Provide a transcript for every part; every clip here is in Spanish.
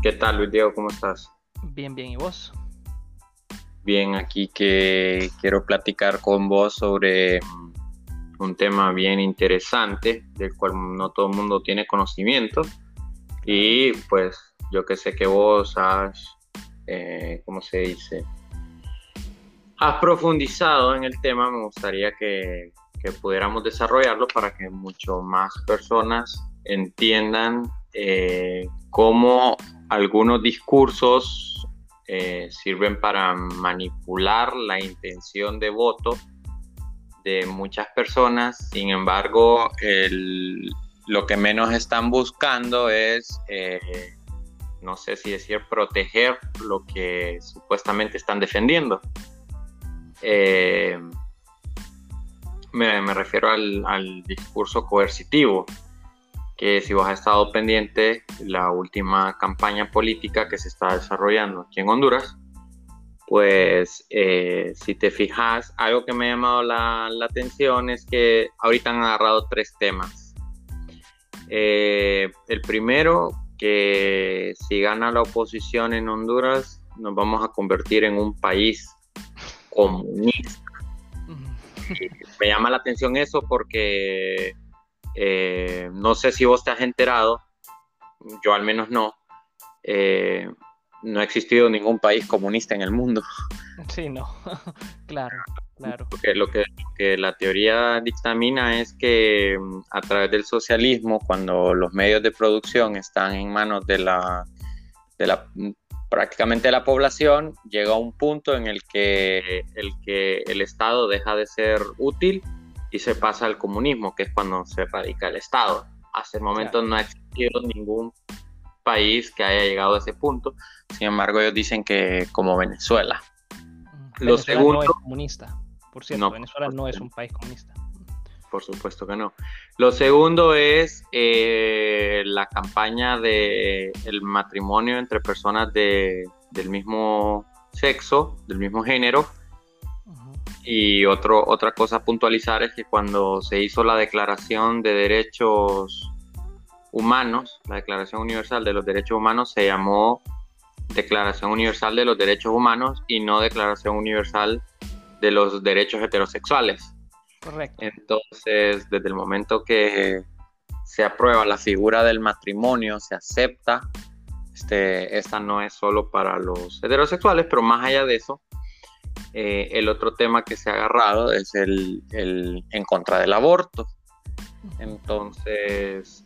¿Qué tal, Luis Diego? ¿Cómo estás? Bien, bien, ¿y vos? Bien, aquí que quiero platicar con vos sobre un tema bien interesante del cual no todo el mundo tiene conocimiento Claro. y pues yo que sé que vos has, ¿cómo se dice? Has profundizado en el tema, me gustaría que pudiéramos desarrollarlo para que mucho más personas entiendan cómo algunos discursos sirven para manipular la intención de voto de muchas personas. Sin embargo, lo que menos están buscando es, no sé si decir, proteger lo que supuestamente están defendiendo. Eh, me refiero al discurso coercitivo, que si vos has estado pendiente, la última campaña política que se está desarrollando aquí en Honduras, pues si te fijas, algo que me ha llamado la atención es que ahorita han agarrado tres temas. El primero, que si gana la oposición en Honduras, nos vamos a convertir en un país comunista. Me llama la atención eso porque no sé si vos te has enterado, yo al menos no, eh, no ha existido ningún país comunista en el mundo. Sí, no. Claro, claro. Lo que la teoría dictamina es que a través del socialismo, cuando los medios de producción están en manos de la prácticamente de la población, llega un punto en el que el Estado deja de ser útil y se pasa al comunismo, que es cuando se radica el Estado. Hasta el momento Claro. no ha existido ningún país que haya llegado a ese punto. Sin embargo, ellos dicen que como Venezuela. Lo Venezuela no segundo, es comunista. Por cierto, no, Venezuela no es un país comunista. por supuesto que no. Lo segundo es la campaña de el matrimonio entre personas del mismo sexo, del mismo género. Ujú. Y otra cosa a puntualizar es que cuando se hizo la Declaración de Derechos Humanos, la Declaración Universal de los Derechos Humanos, se llamó Declaración Universal de los Derechos Humanos y no Declaración Universal de los Derechos Heterosexuales. Correcto. Entonces, desde el momento que se aprueba la figura del matrimonio, se acepta, esta no es solo para los heterosexuales, pero más allá de eso, el otro tema que se ha agarrado es el en contra del aborto. Ujú. Entonces,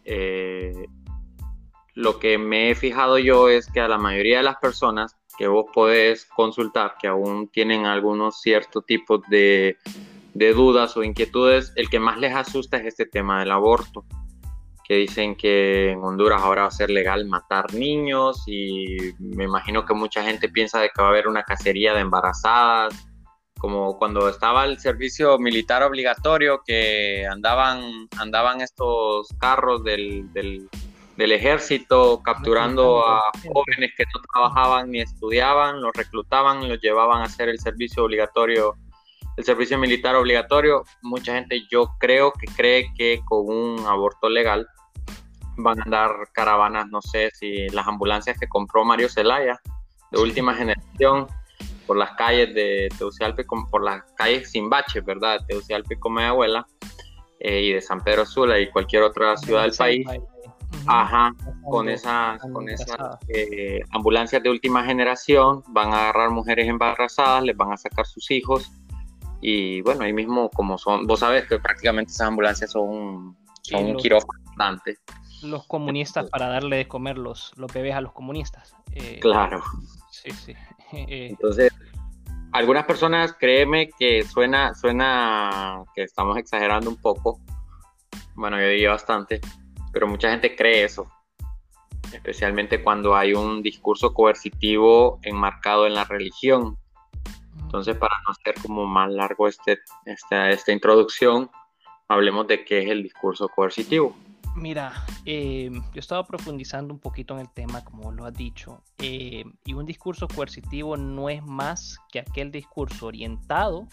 lo que me he fijado yo es que a la mayoría de las personas que vos podés consultar, que aún tienen algunos ciertos tipos de dudas o inquietudes, el que más les asusta es este tema del aborto, que dicen que en Honduras ahora va a ser legal matar niños y me imagino que mucha gente piensa de que va a haber una cacería de embarazadas, como cuando estaba el servicio militar obligatorio, que andaban estos carros del ejército capturando Reclutando a gente. jóvenes que no trabajaban ni estudiaban, los reclutaban y los llevaban a hacer el servicio obligatorio, el servicio militar obligatorio. Mucha gente, yo creo que cree que con un aborto legal van a andar caravanas, no sé si las ambulancias que compró Mario Zelaya, de última generación, por las calles de Tegucigalpa, por las calles sin baches, ¿verdad? De Tegucigalpa y Comayagüela, y de San Pedro Sula y cualquier otra De ciudad la del país. Ceiba. Ujú. Ajá, con Pasando, esas embarazadas. ambulancias de última generación, van a agarrar mujeres embarazadas, les van a sacar sus hijos, y bueno, ahí mismo, como son, vos sabés que prácticamente esas ambulancias son Sí, un quirófano andante. los comunistas para darle de comer los bebés a los comunistas. Claro. Sí, sí. Entonces, algunas personas, créeme que suena que estamos exagerando un poco. Bueno, yo diría bastante, pero mucha gente cree eso, especialmente cuando hay un discurso coercitivo enmarcado en la religión. Entonces, para no hacer como más largo esta introducción, hablemos de qué es el discurso coercitivo. Mira, yo estaba profundizando un poquito en el tema, como lo has dicho, y un discurso coercitivo no es más que aquel discurso orientado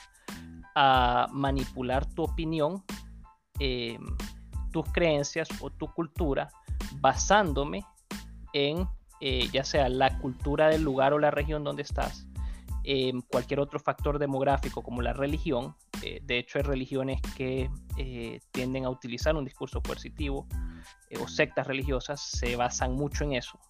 a manipular tu opinión, eh, tus creencias o tu cultura, basándome en ya sea la cultura del lugar o la región donde estás, cualquier otro factor demográfico como la religión. De hecho, hay religiones que tienden a utilizar un discurso coercitivo, o sectas religiosas se basan mucho en eso.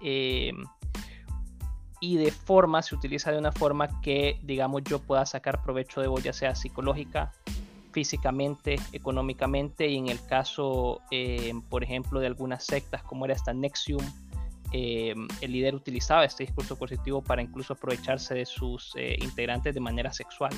Y se utiliza de una forma que, digamos, yo pueda sacar provecho de vos, ya sea psicológica, físicamente, económicamente, y en el caso, por ejemplo, de algunas sectas como era esta NXIVM, el líder utilizaba este discurso coercitivo para incluso aprovecharse de sus integrantes de manera sexual.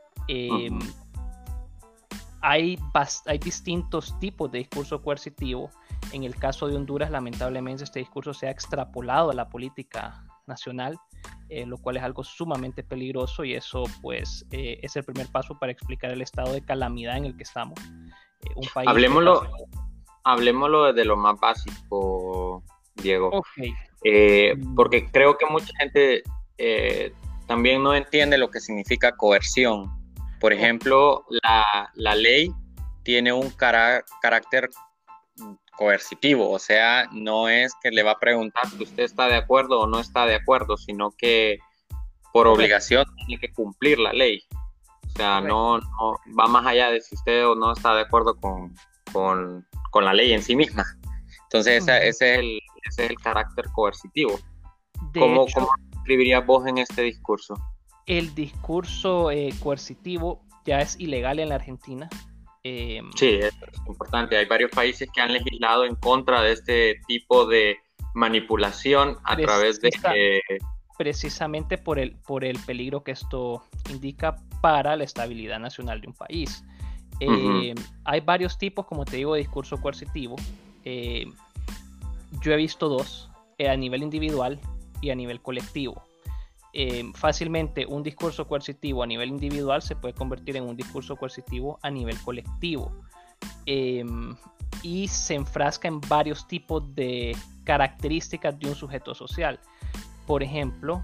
Hay distintos tipos de discurso coercitivo. En el caso de Honduras, lamentablemente, este discurso se ha extrapolado a la política nacional, lo cual es algo sumamente peligroso, y eso pues es el primer paso para explicar el estado de calamidad en el que estamos. Un país Hablemoslo desde lo más básico, Diego. Okay. Porque creo que mucha gente también no entiende lo que significa coerción. Por ejemplo, la ley tiene un carácter coercitivo, o sea, no es que le va a preguntar si usted está de acuerdo o no está de acuerdo, sino que por obligación tiene que cumplir la ley. O sea, no va más allá de si usted o no está de acuerdo con la ley en sí misma. Entonces, ese es el carácter coercitivo. ¿Cómo escribirías vos en este discurso? El discurso coercitivo ya es ilegal en la Argentina. Sí, es importante. Hay varios países que han legislado en contra de este tipo de manipulación a través de... precisamente por el peligro que esto indica para la estabilidad nacional de un país. Hay varios tipos, como te digo, de discurso coercitivo. Yo he visto dos, a nivel individual y a nivel colectivo. Fácilmente un discurso coercitivo a nivel individual se puede convertir en un discurso coercitivo a nivel colectivo, y se enfrasca en varios tipos de características de un sujeto social. Por ejemplo,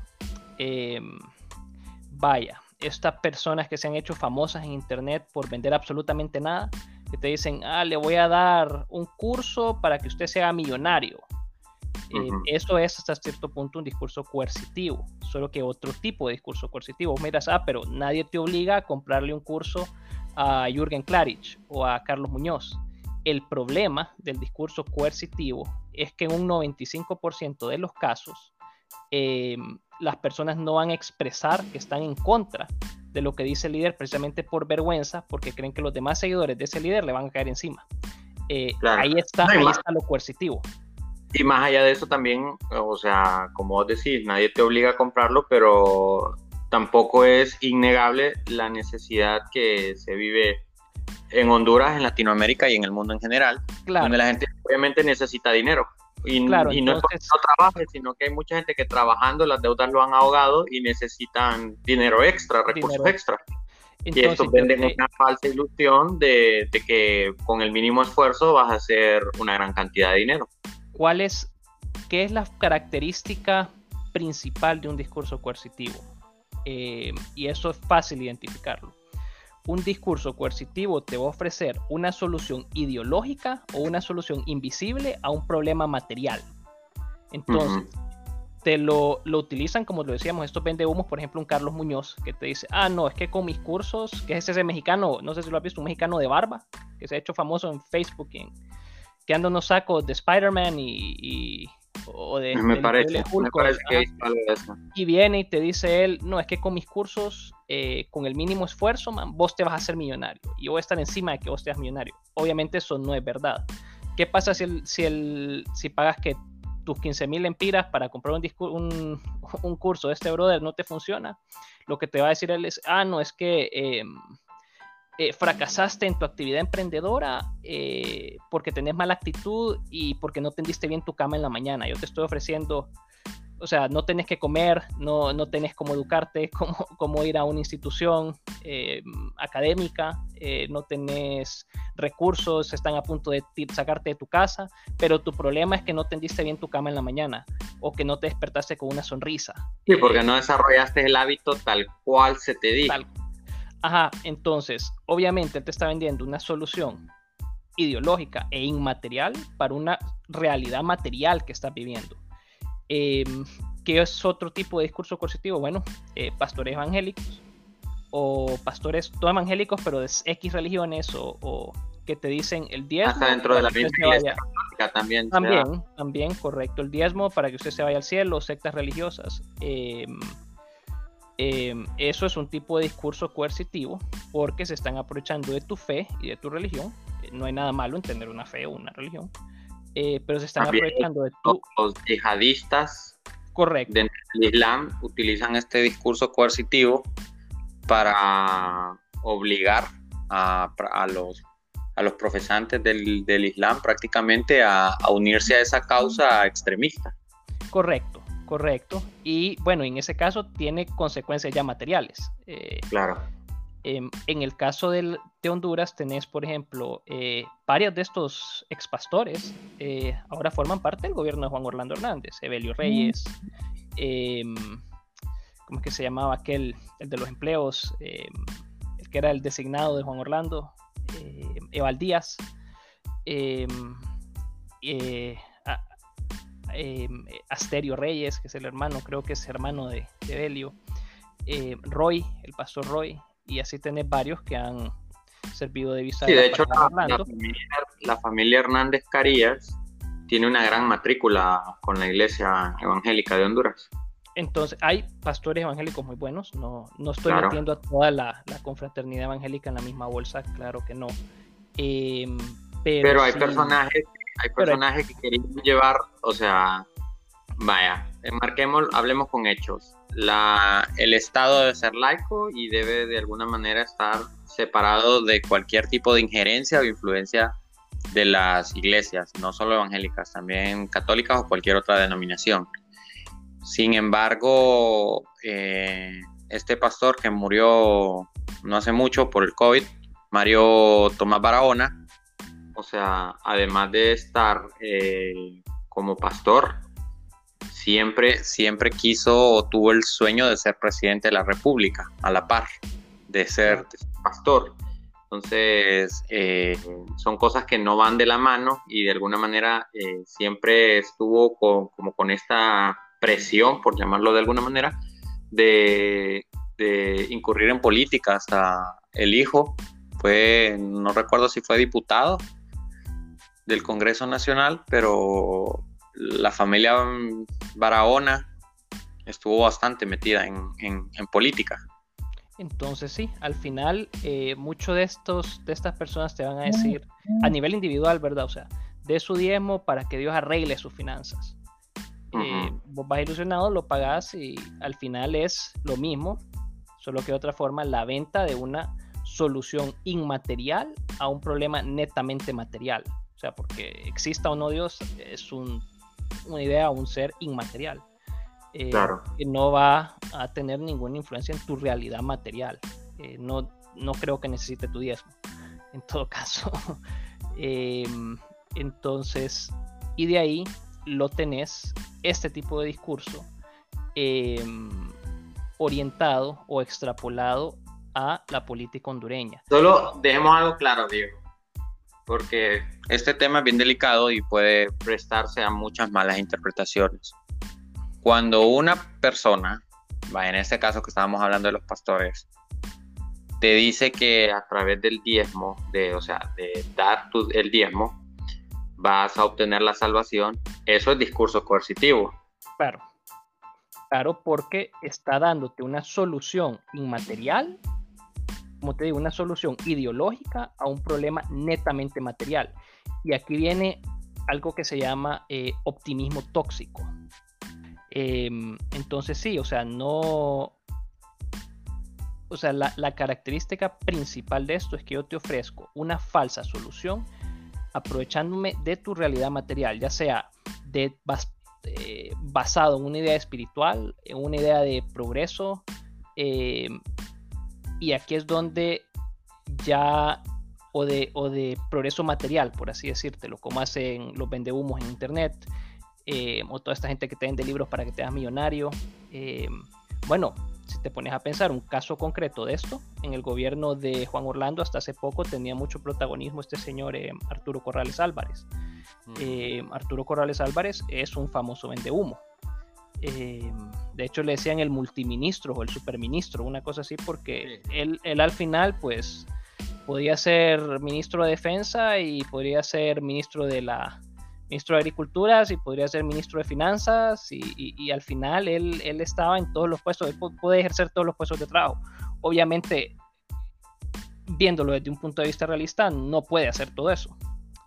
estas personas que se han hecho famosas en internet por vender absolutamente nada, que te dicen, le voy a dar un curso para que usted sea millonario. Eso es hasta cierto punto un discurso coercitivo, solo que otro tipo de discurso coercitivo. Vos miras, pero nadie te obliga a comprarle un curso a Jürgen Klarich o a Carlos Muñoz. El problema del discurso coercitivo es que en un 95% de los casos las personas no van a expresar que están en contra de lo que dice el líder, precisamente por vergüenza, porque creen que los demás seguidores de ese líder le van a caer encima. Claro. Ahí está lo coercitivo. Y más allá de eso también, o sea, como vos decís, nadie te obliga a comprarlo, pero tampoco es innegable la necesidad que se vive en Honduras, en Latinoamérica y en el mundo en general, donde la gente obviamente necesita dinero. Y no es porque no trabaje, sino que hay mucha gente que trabajando las deudas lo han ahogado y necesitan dinero extra, recursos extra. Entonces, y estos venden una falsa ilusión de que con el mínimo esfuerzo vas a hacer una gran cantidad de dinero. ¿Qué es la característica principal de un discurso coercitivo? Y eso es fácil identificarlo. Un discurso coercitivo te va a ofrecer una solución ideológica o una solución invisible a un problema material. Entonces, te lo utilizan, como lo decíamos, estos vendehumos, por ejemplo, un Carlos Muñoz, que te dice, no, es que con mis cursos, que es ese mexicano, no sé si lo has visto, un mexicano de barba, que se ha hecho famoso en Facebook, que anda unos sacos de Spider-Man me parece que es algo de eso. Y viene y te dice él, no, es que con mis cursos, con el mínimo esfuerzo, vos te vas a hacer millonario. Y yo voy a estar encima de que vos seas millonario. Obviamente eso no es verdad. ¿Qué pasa si pagas que tus 15,000 lempiras para comprar un curso de este brother no te funciona? Lo que te va a decir él es, no, es que... fracasaste en tu actividad emprendedora porque tenés mala actitud y porque no tendiste bien tu cama en la mañana. Yo te estoy ofreciendo, o sea, no tenés que comer, no tenés cómo educarte, cómo ir a una institución académica, no tenés recursos, están a punto de sacarte de tu casa, pero tu problema es que no tendiste bien tu cama en la mañana o que no te despertaste con una sonrisa. Sí, porque no desarrollaste el hábito tal cual se te dijo. Entonces, obviamente él te está vendiendo una solución ideológica e inmaterial para una realidad material que estás viviendo. ¿Qué es otro tipo de discurso coercitivo? Bueno, pastores evangélicos o pastores no evangélicos, pero de X religiones o que te dicen el diezmo. Hasta dentro de la misma iglesia católica también. También, correcto. El diezmo para que usted se vaya al cielo, sectas religiosas. Eso es un tipo de discurso coercitivo porque se están aprovechando de tu fe y de tu religión. No hay nada malo en tener una fe o una religión, pero se están también aprovechando de tu... Los yihadistas, correcto, dentro del Islam utilizan este discurso coercitivo para obligar a los profesantes del Islam prácticamente a unirse a esa causa extremista. Correcto. Y bueno, en ese caso tiene consecuencias ya materiales. Claro. En el caso de Honduras tenés, por ejemplo, varios de estos expastores ahora forman parte del gobierno de Juan Orlando Hernández. Evelio Reyes, ¿cómo es que se llamaba aquel? El de los empleos, el que era el designado de Juan Orlando, Eval Díaz, Asterio Reyes, que es el hermano, creo que es hermano de Evelio, Roy, el pastor Roy, y así tenés varios que han servido de visa. Sí, de hecho la familia Hernández Carías tiene una gran matrícula con la iglesia evangélica de Honduras. Entonces hay pastores evangélicos muy buenos, no estoy metiendo a toda la confraternidad evangélica en la misma bolsa, claro que no. Pero hay sí, personajes que querían llevar, o sea, vaya, hablemos con hechos. El Estado debe ser laico y debe de alguna manera estar separado de cualquier tipo de injerencia o influencia de las iglesias, no solo evangélicas, también católicas o cualquier otra denominación. Sin embargo, este pastor que murió no hace mucho por el COVID, Mario Tomás Barahona, o sea, además de estar como pastor, siempre quiso o tuvo el sueño de ser presidente de la República, a la par de ser pastor. Entonces, son cosas que no van de la mano y de alguna manera siempre estuvo como con esta presión, por llamarlo de alguna manera, de incurrir en política. Hasta el hijo no recuerdo si fue diputado del Congreso Nacional, pero la familia Barahona estuvo bastante metida en política. Entonces sí, al final muchos de estas personas te van a decir a nivel individual, ¿verdad? O sea, de su diezmo para que Dios arregle sus finanzas. Vos vas ilusionado, lo pagás y al final es lo mismo, solo que de otra forma la venta de una solución inmaterial a un problema netamente material. O sea, porque exista o no Dios es una idea, un ser inmaterial. Que no va a tener ninguna influencia en tu realidad material. No creo que necesite tu diezmo, en todo caso. Entonces, y de ahí lo tenés, este tipo de discurso orientado o extrapolado a la política hondureña. Solo dejemos algo claro, Diego, porque este tema es bien delicado y puede prestarse a muchas malas interpretaciones. Cuando una persona, en este caso que estábamos hablando de los pastores, te dice que a través del diezmo, de dar el diezmo, vas a obtener la salvación, eso es discurso coercitivo. Claro, porque está dándote una solución inmaterial, como te digo, una solución ideológica a un problema netamente material. Y aquí viene algo que se llama optimismo tóxico. Entonces sí, la característica principal de esto es que yo te ofrezco una falsa solución aprovechándome de tu realidad material, ya sea basado en una idea espiritual, en una idea de progreso, y aquí es donde ya o de progreso material, por así decírtelo, como hacen los vendehumos en internet, o toda esta gente que te vende libros para que te hagas millonario. Bueno, si te pones a pensar un caso concreto de esto, en el gobierno de Juan Orlando hasta hace poco tenía mucho protagonismo este señor Arturo Corrales Álvarez. Arturo Corrales Álvarez es un famoso vendehumo. De hecho le decían el multiministro o el superministro, una cosa así, porque Sí. él al final pues podía ser ministro de defensa y podría ser ministro de Agricultura y podría ser ministro de Finanzas y al final él estaba en todos los puestos, él puede ejercer todos los puestos de trabajo. Obviamente, viéndolo desde un punto de vista realista, no puede hacer todo eso.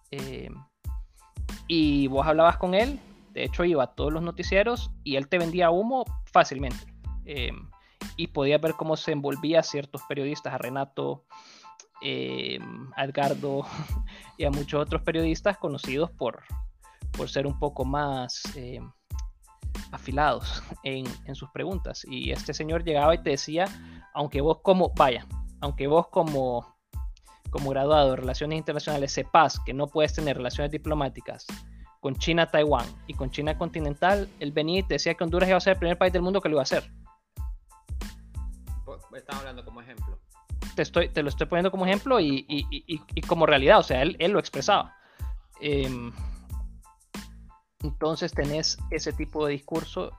Y vos hablabas con él, de hecho iba a todos los noticieros y él te vendía humo fácilmente. Y podías ver cómo se envolvía a ciertos periodistas, a Renato, a Edgardo y a muchos otros periodistas conocidos por ser un poco más afilados en sus preguntas. Y este señor llegaba y te decía, aunque vos como graduado de Relaciones Internacionales sepas que no puedes tener relaciones diplomáticas con China, Taiwán y con China continental, él venía y te decía que Honduras iba a ser el primer país del mundo que lo iba a hacer. Estás hablando como ejemplo. Te lo estoy poniendo como ejemplo y como realidad, o sea, él lo expresaba. Entonces tenés ese tipo de discurso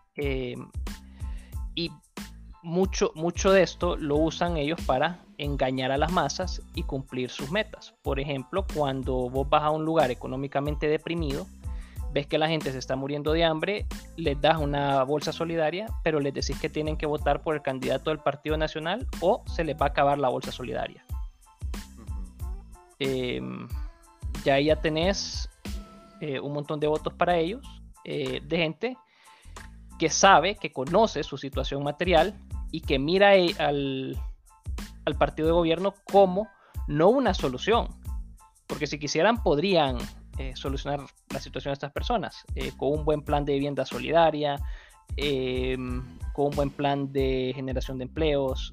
y mucho de esto lo usan ellos para engañar a las masas y cumplir sus metas. Por ejemplo, cuando vos vas a un lugar económicamente deprimido, ves que la gente se está muriendo de hambre, les das una bolsa solidaria, pero les decís que tienen que votar por el candidato del Partido Nacional o se les va a acabar la bolsa solidaria. Ya ahí ya tenés un montón de votos para ellos, de gente que sabe, que conoce su situación material y que mira al partido de gobierno como no una solución, porque si quisieran podrían solucionar la situación de estas personas con un buen plan de vivienda solidaria, con un buen plan de generación de empleos,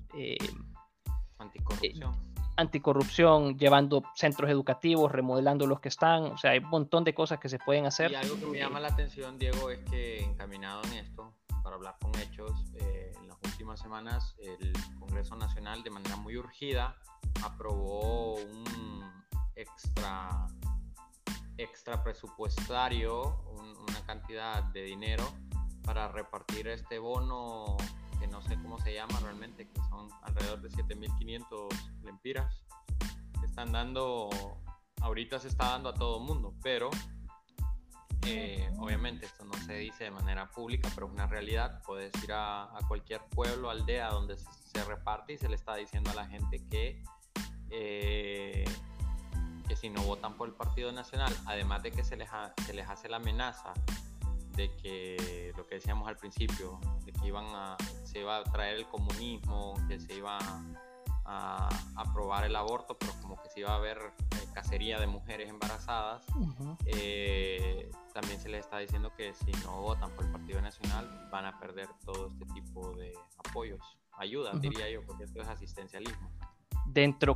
anticorrupción, llevando centros educativos, remodelando los que están. O sea, hay un montón de cosas que se pueden hacer. Y algo que me llama la atención, Diego, es que encaminado en esto, para hablar con hechos, en las últimas semanas el Congreso Nacional de manera muy urgida aprobó un extra presupuestario, una cantidad de dinero para repartir este bono que no sé cómo se llama realmente, que son alrededor de 7.500 lempiras que están dando, ahorita se está dando a todo mundo, pero obviamente esto no se dice de manera pública, pero es una realidad. Puedes ir a cualquier pueblo, aldea donde se reparte y se le está diciendo a la gente que si no votan por el Partido Nacional, además de que se les hace la amenaza de que lo que decíamos al principio, de que se iba a traer el comunismo, que se iba a aprobar el aborto, pero como que se iba a haber cacería de mujeres embarazadas. También se les está diciendo que si no votan por el Partido Nacional van a perder todo este tipo de apoyos, ayudas, diría yo, porque esto es asistencialismo. Dentro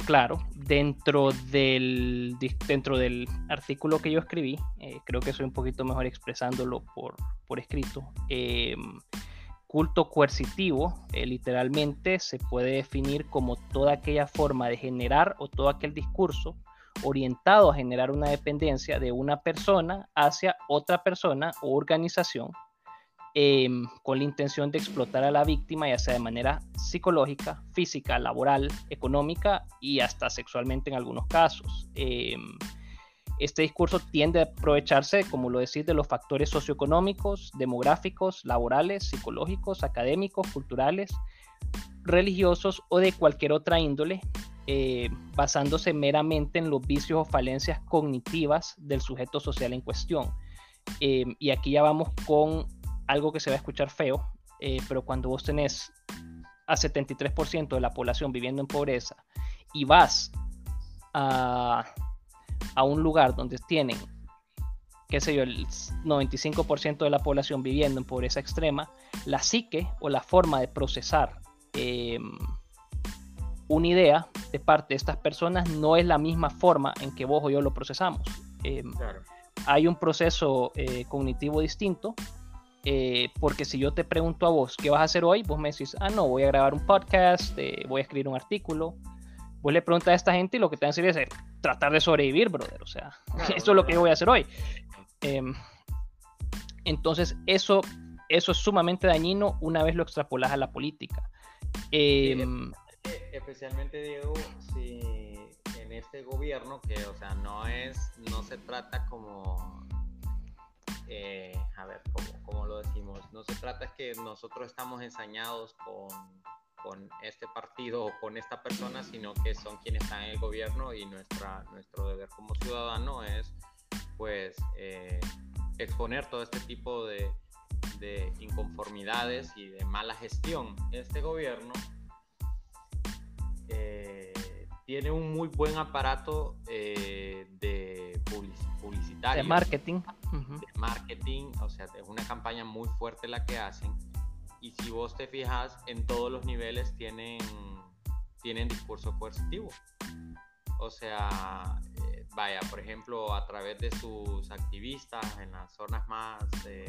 del artículo que yo escribí, creo que soy un poquito mejor expresándolo por escrito. Culto coercitivo, literalmente se puede definir como toda aquella forma de generar o todo aquel discurso orientado a generar una dependencia de una persona hacia otra persona o organización, con la intención de explotar a la víctima, ya sea de manera psicológica, física, laboral, económica y hasta sexualmente en algunos casos. Este discurso tiende a aprovecharse, como lo decís, de los factores socioeconómicos, demográficos, laborales, psicológicos, académicos, culturales, religiosos o de cualquier otra índole, basándose meramente en los vicios o falencias cognitivas del sujeto social en cuestión. Y aquí ya vamos con algo que se va a escuchar feo, pero cuando vos tenés a 73% de la población viviendo en pobreza y vas a un lugar donde tienen, qué sé yo, el 95% de la población viviendo en pobreza extrema, la psique o la forma de procesar una idea de parte de estas personas no es la misma forma en que vos o yo lo procesamos. Claro. Hay un proceso cognitivo distinto. Porque si yo te pregunto a vos ¿qué vas a hacer hoy? Vos me decís, no, voy a grabar un podcast, voy a escribir un artículo. Vos le preguntas a esta gente y lo que te van a decir es tratar de sobrevivir, brother, o sea, claro, eso es lo que yo voy a hacer hoy. Entonces eso eso es sumamente dañino una vez lo extrapolas a la política. Especialmente, Diego, si en este gobierno, que, o sea, no se trata como, a ver, ¿cómo lo decimos? No se trata es que nosotros estamos ensañados con este partido o con esta persona, sino que son quienes están en el gobierno, y nuestro deber como ciudadano es, pues, exponer todo este tipo de inconformidades y de mala gestión. Este gobierno tiene un muy buen aparato de publicitario, de marketing. De marketing, o sea, es una campaña muy fuerte la que hacen, y si vos te fijas, en todos los niveles tienen discurso coercitivo. O sea, vaya, por ejemplo, a través de sus activistas en las zonas más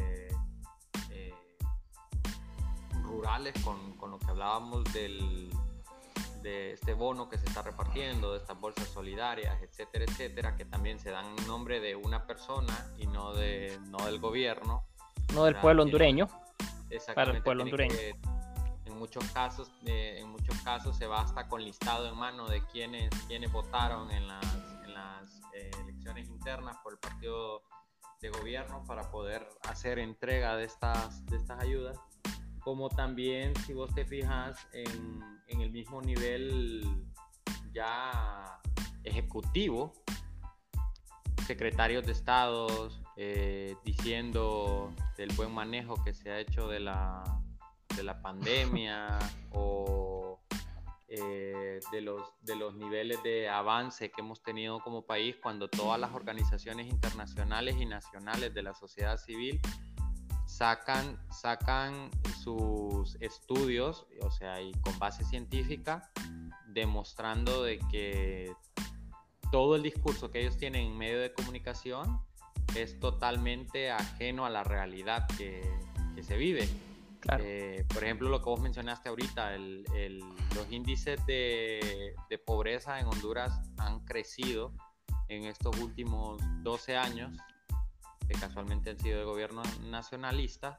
rurales, con lo que hablábamos de este bono que se está repartiendo, de estas bolsas solidarias, etcétera, etcétera, que también se dan en nombre de una persona y no del gobierno. No del pueblo hondureño. Exactamente. Para el pueblo hondureño. En muchos casos se va hasta con listado en mano de quienes votaron en las elecciones internas por el partido de gobierno, para poder hacer entrega de estas ayudas. Como también, si vos te fijas, en el mismo nivel ya ejecutivo, secretarios de estados diciendo del buen manejo que se ha hecho de la pandemia, o de los niveles de avance que hemos tenido como país, cuando todas las organizaciones internacionales y nacionales de la sociedad civil sacan sus estudios, o sea, y con base científica, demostrando de que todo el discurso que ellos tienen en medio de comunicación es totalmente ajeno a la realidad que se vive. Claro. Por ejemplo, lo que vos mencionaste ahorita, los índices de pobreza en Honduras han crecido en estos últimos 12 años, que casualmente han sido de gobierno nacionalista,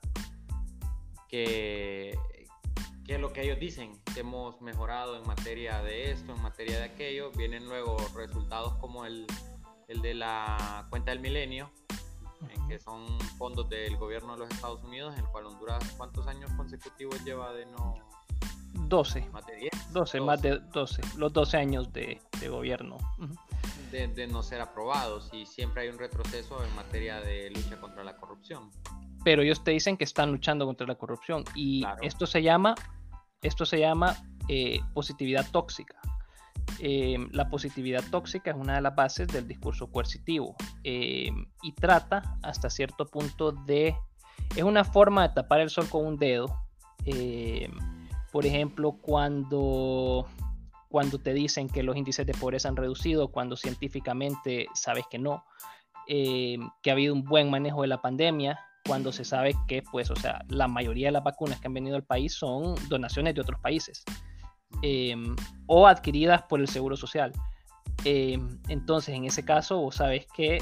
que lo que ellos dicen, que hemos mejorado en materia de esto, en materia de aquello. Vienen luego resultados como el de la cuenta del milenio, que son fondos del gobierno de los Estados Unidos, en el cual Honduras, ¿cuántos años consecutivos lleva de no? 12. ¿Más de 10? Más de 12. Los 12 años de gobierno. De no ser aprobados, y siempre hay un retroceso en materia de lucha contra la corrupción. Pero ellos te dicen que están luchando contra la corrupción, y claro, esto se llama positividad tóxica. La positividad tóxica es una de las bases del discurso coercitivo, y trata hasta cierto punto es una forma de tapar el sol con un dedo. Por ejemplo, cuando te dicen que los índices de pobreza han reducido, cuando científicamente sabes que no, que ha habido un buen manejo de la pandemia, cuando se sabe que, pues, o sea, la mayoría de las vacunas que han venido al país son donaciones de otros países, o adquiridas por el Seguro Social. Entonces, en ese caso, vos sabes que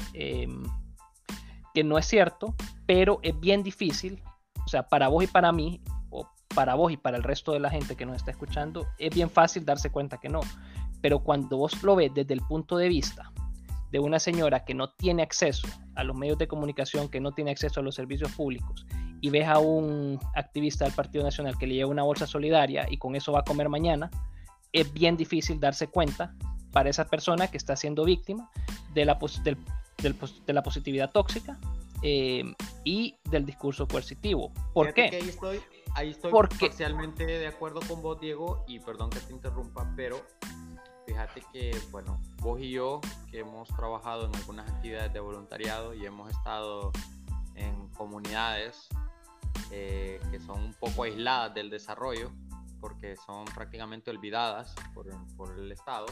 no es cierto, pero es bien difícil, o sea, para vos y para mí, o para vos y para el resto de la gente que nos está escuchando, es bien fácil darse cuenta que no. Pero cuando vos lo ves desde el punto de vista de una señora que no tiene acceso a los medios de comunicación, que no tiene acceso a los servicios públicos, y ves a un activista del Partido Nacional que le lleva una bolsa solidaria y con eso va a comer mañana, es bien difícil darse cuenta para esa persona que está siendo víctima de la positividad tóxica y del discurso coercitivo. ¿Por qué? Ahí estoy parcialmente de acuerdo con vos, Diego, y perdón que te interrumpa, pero fíjate que, bueno, vos y yo, que hemos trabajado en algunas actividades de voluntariado y hemos estado en comunidades que son un poco aisladas del desarrollo, porque son prácticamente olvidadas por el Estado,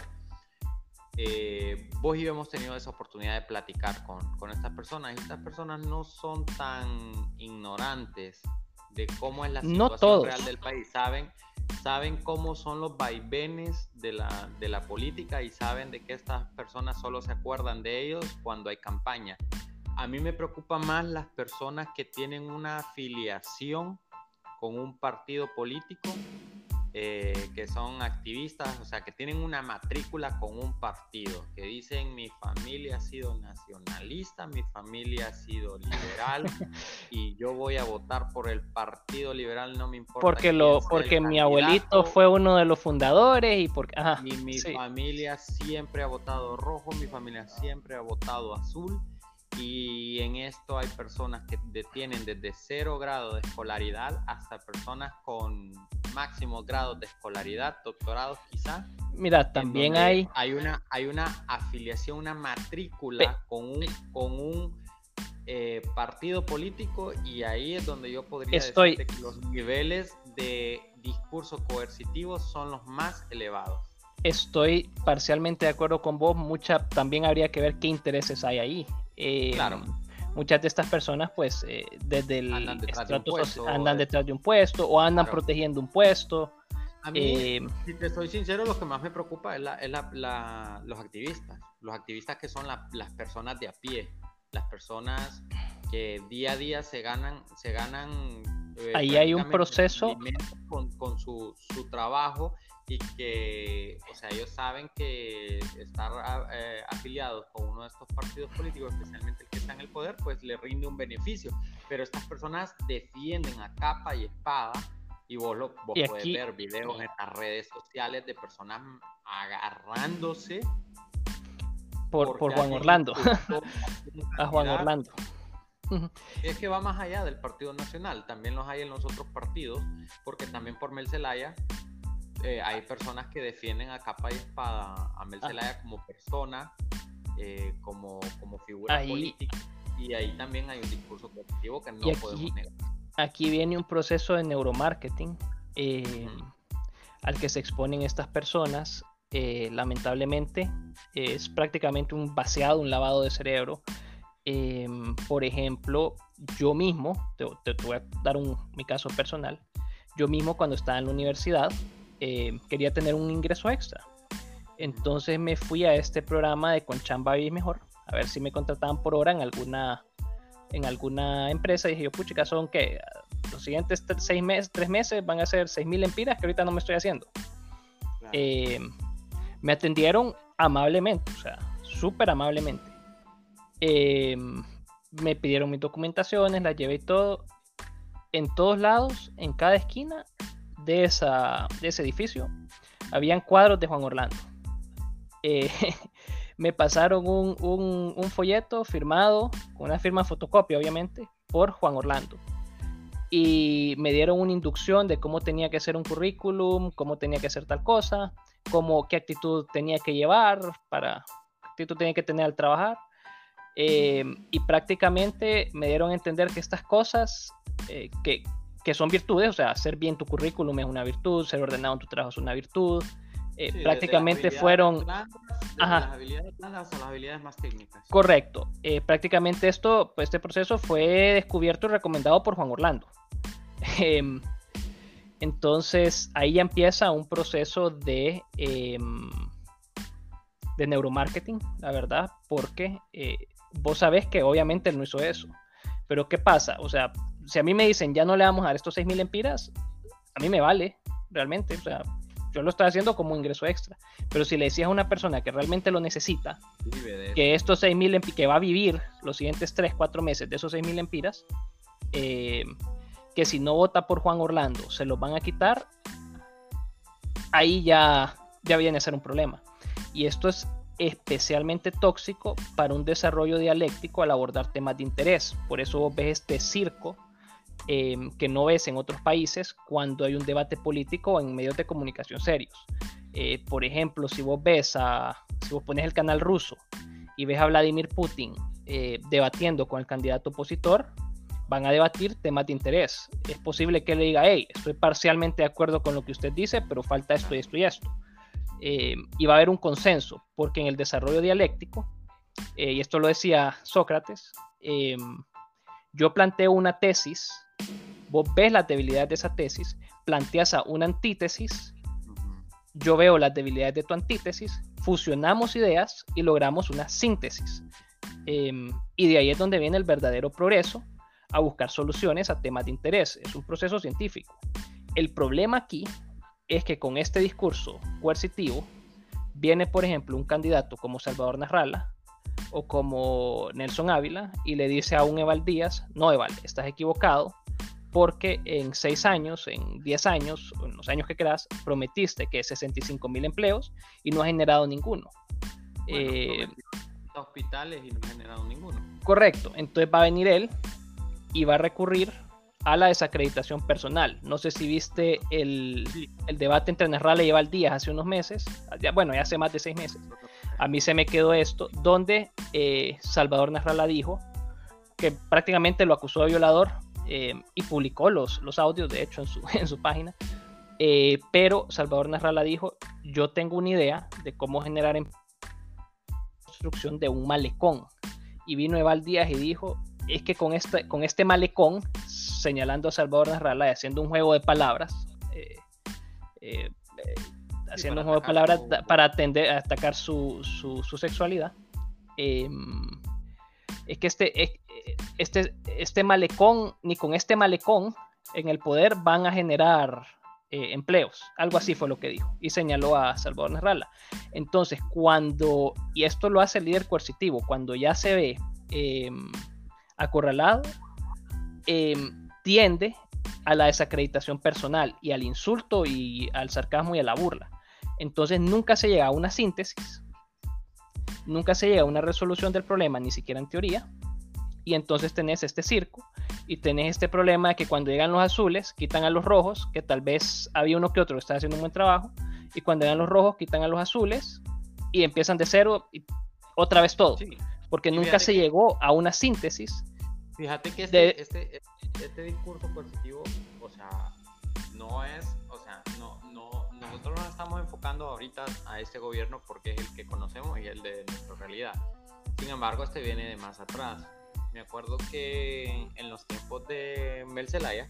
vos y yo hemos tenido esa oportunidad de platicar con estas personas, y estas personas no son tan ignorantes de cómo es la situación real del país. Saben cómo son los vaivenes de la política, y saben de que estas personas solo se acuerdan de ellos cuando hay campaña. a mí me preocupa más las personas que tienen una afiliación con un partido político, que son activistas, o sea, que tienen una matrícula con un partido, que dicen mi familia ha sido nacionalista, mi familia ha sido liberal y yo voy a votar por el partido liberal, no me importa porque mi abuelito fue uno de los fundadores y mi familia siempre ha votado rojo, mi familia siempre ha votado azul. Y en esto hay personas que tienen desde 0 grado de escolaridad hasta personas con máximos grados de escolaridad, doctorados quizás. Mira, también hay una afiliación, una matrícula con un partido político, y ahí es donde yo podría decirte que los niveles de discurso coercitivo son los más elevados. Estoy parcialmente de acuerdo con vos. También habría que ver qué intereses hay ahí. Claro. Muchas de estas personas, pues, desde el andan detrás de un puesto o andan protegiendo un puesto. A mí, si te soy sincero, lo que más me preocupa es los activistas que son las personas de a pie, las personas que día a día se ganan ahí hay un proceso con su trabajo, y que, o sea, ellos saben que estar afiliados con uno de estos partidos políticos, especialmente el que está en el poder, pues le rinde un beneficio, pero estas personas defienden a capa y espada, y vos puedes ver videos en las redes sociales de personas agarrándose por Juan Orlando a Juan Orlando. Es que va más allá del Partido Nacional, también los hay en los otros partidos, porque también por Mel Zelaya hay personas que defienden a capa y espada a Mel Zelaya como persona, como figura política, y ahí también hay un discurso colectivo que no podemos negar. Aquí viene un proceso de neuromarketing al que se exponen estas personas. Lamentablemente es prácticamente un vaciado, un lavado de cerebro. Por ejemplo, yo mismo, te voy a dar mi caso personal. Yo mismo, cuando estaba en la universidad, quería tener un ingreso extra. Entonces me fui a este programa de Con Chamba Vivís Mejor, a ver si me contrataban por hora en alguna empresa. Y dije yo, puchica, son que los siguientes 3 meses van a ser 6,000 empiras que ahorita no me estoy haciendo. Claro. Me atendieron amablemente, o sea, súper amablemente. Me pidieron mis documentaciones, las llevé y todo. En todos lados, en cada esquina de ese edificio, habían cuadros de Juan Orlando. Me pasaron un folleto firmado, con una firma fotocopia obviamente, por Juan Orlando. Y me dieron una inducción de cómo tenía que ser un currículum, cómo tenía que ser tal cosa, qué actitud tenía que llevar, qué actitud tenía que tener al trabajar. Y prácticamente me dieron a entender que estas cosas que son virtudes, o sea, hacer bien tu currículum es una virtud, ser ordenado en tu trabajo es una virtud. Prácticamente fueron las habilidades blandas a las habilidades más técnicas. Correcto. Prácticamente este proceso fue descubierto y recomendado por Juan Orlando. Entonces ahí ya empieza un proceso de neuromarketing, la verdad, porque vos sabés que obviamente él no hizo eso. Pero ¿qué pasa? O sea, si a mí me dicen ya no le vamos a dar estos 6,000 empiras, a mí me vale, realmente. O sea, yo lo estoy haciendo como ingreso extra. Pero si le decías a una persona que realmente lo necesita, que estos 6,000 que va a vivir los siguientes 3-4 meses de esos 6,000 empiras, que si no vota por Juan Orlando se los van a quitar, ahí ya viene a ser un problema. Y esto es especialmente tóxico para un desarrollo dialéctico al abordar temas de interés. Por eso vos ves este circo que no ves en otros países cuando hay un debate político en medios de comunicación serios. Por ejemplo, si vos pones el canal ruso y ves a Vladimir Putin debatiendo con el candidato opositor, van a debatir temas de interés. Es posible que le diga, hey, estoy parcialmente de acuerdo con lo que usted dice, pero falta esto y esto y esto. Y va a haber un consenso, porque en el desarrollo dialéctico, y esto lo decía Sócrates, yo planteo una tesis, vos ves las debilidades de esa tesis, planteas una antítesis, yo veo las debilidades de tu antítesis, fusionamos ideas y logramos una síntesis. Y de ahí es donde viene el verdadero progreso a buscar soluciones a temas de interés. Es un proceso científico. El problema aquí es que con este discurso coercitivo viene, por ejemplo, un candidato como Salvador Narrala o como Nelson Ávila y le dice a un Eval Díaz: no, Eval, estás equivocado, porque en 6 años, en 10 años, en los años que quedas, prometiste que 65,000 empleos y no has generado ninguno. Bueno, hospitales y no ha generado ninguno. Correcto, entonces va a venir él y va a recurrir a la desacreditación personal. No sé si viste el debate entre Narrala y Eval Díaz hace unos meses, ya hace más de 6 meses. A mí se me quedó esto, donde Salvador Narrala dijo que prácticamente lo acusó de violador, y publicó los audios, de hecho, en su página. Pero Salvador Narrala dijo: yo tengo una idea de cómo generar construcción de un malecón. Y vino Eval Díaz y dijo: es que con este malecón, señalando a Salvador Narrala y haciendo un juego de palabras, haciendo un juego de palabras para atacar su sexualidad, es que este malecón, ni con este malecón en el poder van a generar empleos. Algo así fue lo que dijo, y señaló a Salvador Narrala. Entonces, y esto lo hace el líder coercitivo, cuando ya se ve acorralado, tiende a la desacreditación personal y al insulto y al sarcasmo y a la burla. Entonces nunca se llega a una síntesis, nunca se llega a una resolución del problema, ni siquiera en teoría. Y entonces tenés este circo y tenés este problema de que cuando llegan los azules quitan a los rojos, que tal vez había uno que otro que estaba haciendo un buen trabajo, y cuando llegan los rojos quitan a los azules y empiezan de cero y otra vez todo, sí. Porque nunca se llegó a una síntesis. Fíjate que este discurso coercitivo, o sea, nosotros nos estamos enfocando ahorita a este gobierno porque es el que conocemos y el de nuestra realidad. Sin embargo, este viene de más atrás. Me acuerdo que en los tiempos de Mel Zelaya,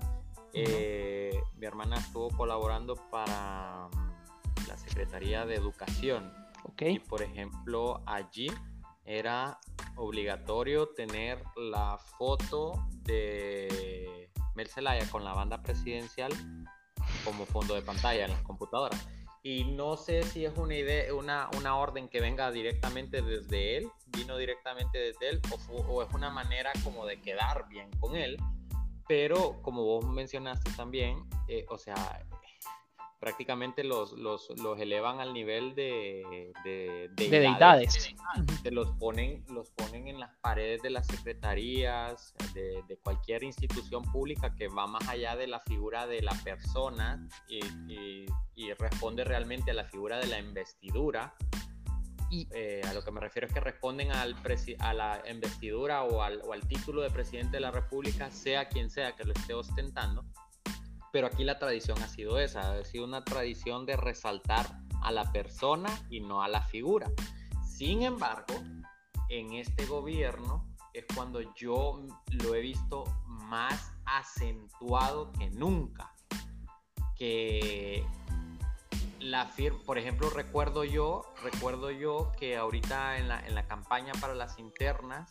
mi hermana estuvo colaborando para la Secretaría de Educación. Okay. Y por ejemplo, allí era obligatorio tener la foto de Mel Zelaya con la banda presidencial como fondo de pantalla en las computadoras. Y no sé si es una idea, una orden que venga directamente desde él, vino directamente desde él, o es una manera como de quedar bien con él. Pero como vos mencionaste también, o sea, prácticamente los elevan al nivel de deidades. Los ponen en las paredes de las secretarías, de cualquier institución pública que va más allá de la figura de la persona y responde realmente a la figura de la investidura. Y a lo que me refiero es que responden a la investidura o al título de presidente de la República, sea quien sea que lo esté ostentando. Pero aquí la tradición ha sido esa, ha sido una tradición de resaltar a la persona y no a la figura. Sin embargo, en este gobierno es cuando yo lo he visto más acentuado que nunca. Que la firma, por ejemplo, recuerdo yo que ahorita en la campaña para las internas,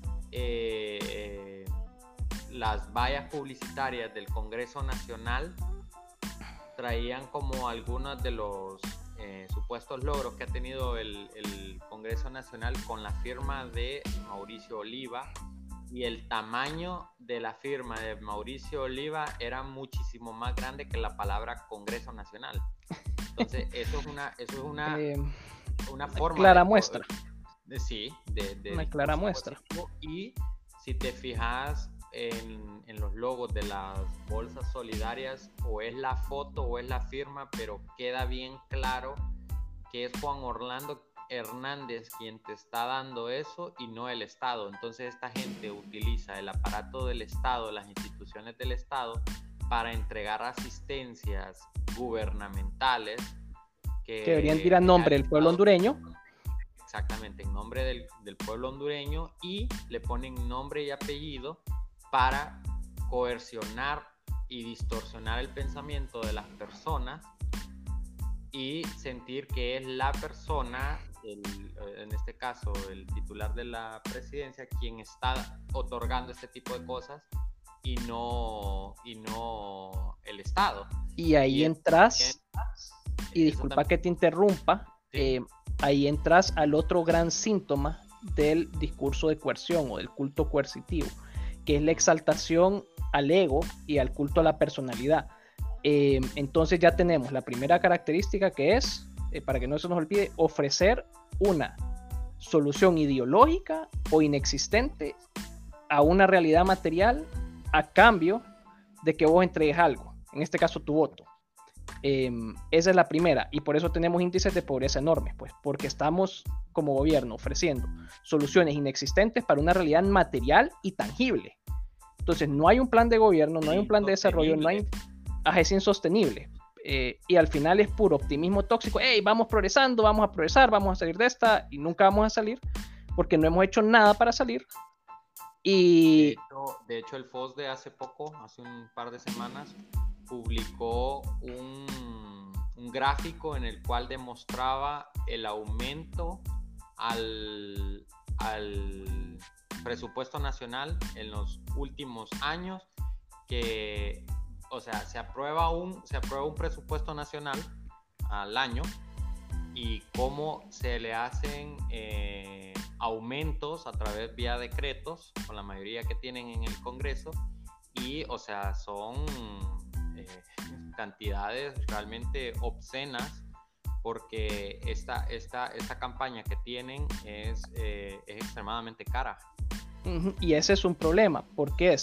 las vallas publicitarias del Congreso Nacional traían como algunos de los supuestos logros que ha tenido el Congreso Nacional con la firma de Mauricio Oliva, y el tamaño de la firma de Mauricio Oliva era muchísimo más grande que la palabra Congreso Nacional. Entonces eso es una forma clara muestra. Una clara muestra. Y si te fijas en los logos de las bolsas solidarias, o es la foto o es la firma, pero queda bien claro que es Juan Orlando Hernández quien te está dando eso y no el Estado. Entonces esta gente utiliza el aparato del Estado, las instituciones del Estado, para entregar asistencias gubernamentales que deberían ir a nombre del pueblo hondureño. Exactamente, en nombre del pueblo hondureño, y le ponen nombre y apellido para coercionar y distorsionar el pensamiento de las personas y sentir que es la persona en este caso, el titular de la presidencia, quien está otorgando este tipo de cosas y no el Estado. Y ahí entras, y disculpa que te interrumpa, sí. Ahí entras al otro gran síntoma del discurso de coerción o del culto coercitivo, que es la exaltación al ego y al culto a la personalidad. Entonces ya tenemos la primera característica, que es, para que no se nos olvide, ofrecer una solución ideológica o inexistente a una realidad material a cambio de que vos entregues algo, en este caso tu voto. Esa es la primera, y por eso tenemos índices de pobreza enormes, pues, porque estamos como gobierno ofreciendo soluciones inexistentes para una realidad material y tangible. Entonces no hay un plan de gobierno, no hay un plan de desarrollo, no hay, es insostenible, y al final es puro optimismo tóxico. Hey, vamos progresando, vamos a progresar, vamos a salir de esta, y nunca vamos a salir porque no hemos hecho nada para salir. Y de hecho el FOSDE hace un par de semanas, publicó un gráfico en el cual demostraba el aumento al presupuesto nacional en los últimos años, que, o sea, se aprueba un presupuesto nacional al año, y cómo se le hacen aumentos a través vía decretos, con la mayoría que tienen en el Congreso, y, o sea, son cantidades realmente obscenas, porque esta campaña que tienen es extremadamente cara. Y ese es un problema, porque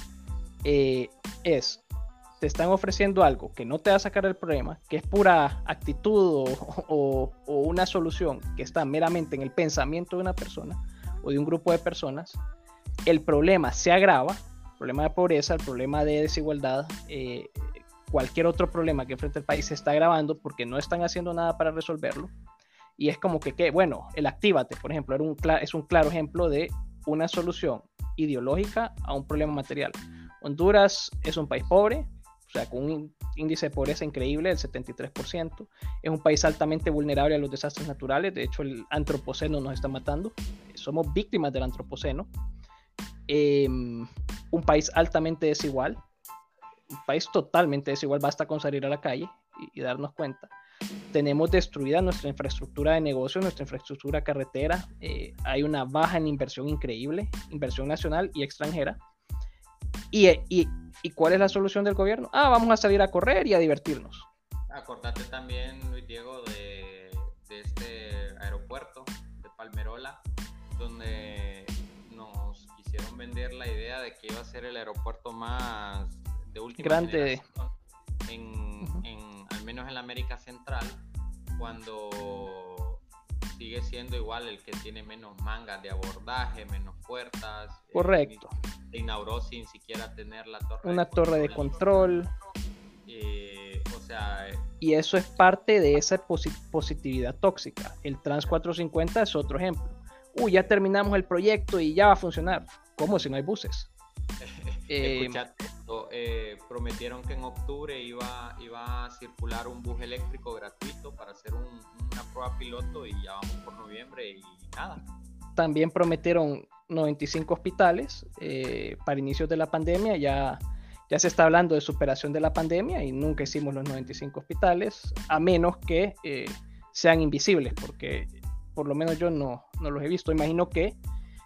te están ofreciendo algo que no te va a sacar el problema, que es pura actitud o una solución que está meramente en el pensamiento de una persona o de un grupo de personas. El problema se agrava, el problema de pobreza, el problema de desigualdad, cualquier otro problema que enfrenta el país se está agravando porque no están haciendo nada para resolverlo. Y es como que bueno, el Actívate, por ejemplo, es un claro ejemplo de una solución ideológica a un problema material. Honduras es un país pobre, o sea, con un índice de pobreza increíble, el 73%. Es un país altamente vulnerable a los desastres naturales. De hecho, el antropoceno nos está matando. Somos víctimas del antropoceno. Un país altamente desigual. Un país totalmente desigual. Basta con salir a la calle y darnos cuenta. Tenemos destruida nuestra infraestructura de negocios, nuestra infraestructura carretera. Hay una baja en inversión increíble, inversión nacional y extranjera. ¿Y cuál es la solución del gobierno? Vamos a salir a correr y a divertirnos. Acordate también, Luis Diego, de este aeropuerto de Palmerola, donde nos quisieron vender la idea de que iba a ser el aeropuerto más de última grande generación, al menos en la América Central, cuando sigue siendo igual el que tiene menos mangas de abordaje, menos puertas. Correcto. Se inauguró sin siquiera tener una torre de control. O sea, y eso es parte de esa positividad tóxica. El Trans 450 es otro ejemplo. Ya terminamos el proyecto y ya va a funcionar. ¿Cómo si no hay buses? Escuchate esto, prometieron que en octubre iba a circular un bus eléctrico gratuito para hacer una prueba piloto, y ya vamos por noviembre y nada. También prometieron 95 hospitales para inicios de la pandemia. Ya se está hablando de superación de la pandemia y nunca hicimos los 95 hospitales, a menos que sean invisibles, porque por lo menos yo no los he visto. Imagino que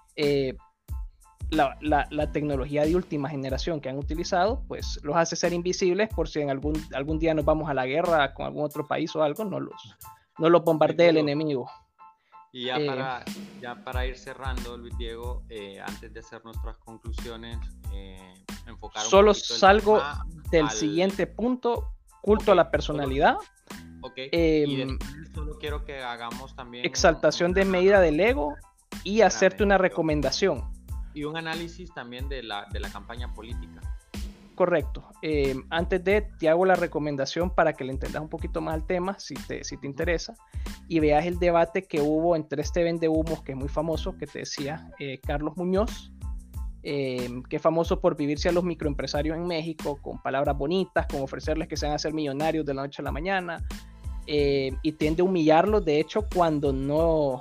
la tecnología de última generación que han utilizado pues los hace ser invisibles, por si en algún día nos vamos a la guerra con algún otro país o algo, no los bombardee el enemigo. Y ya para ir cerrando, Luis Diego, antes de hacer nuestras conclusiones, enfocar un solo poquito salgo del siguiente punto, culto a la personalidad. Y después solo quiero que hagamos también exaltación desmedida del ego y hacerte una recomendación. Y un análisis también de la campaña política. Correcto. Antes te hago la recomendación para que le entendas un poquito más al tema, si te interesa, y veas el debate que hubo entre este vendehumos que es muy famoso, que te decía, Carlos Muñoz, que es famoso por vivirse a los microempresarios en México con palabras bonitas, con ofrecerles que se van a hacer millonarios de la noche a la mañana, y tiende a humillarlos, de hecho, cuando no,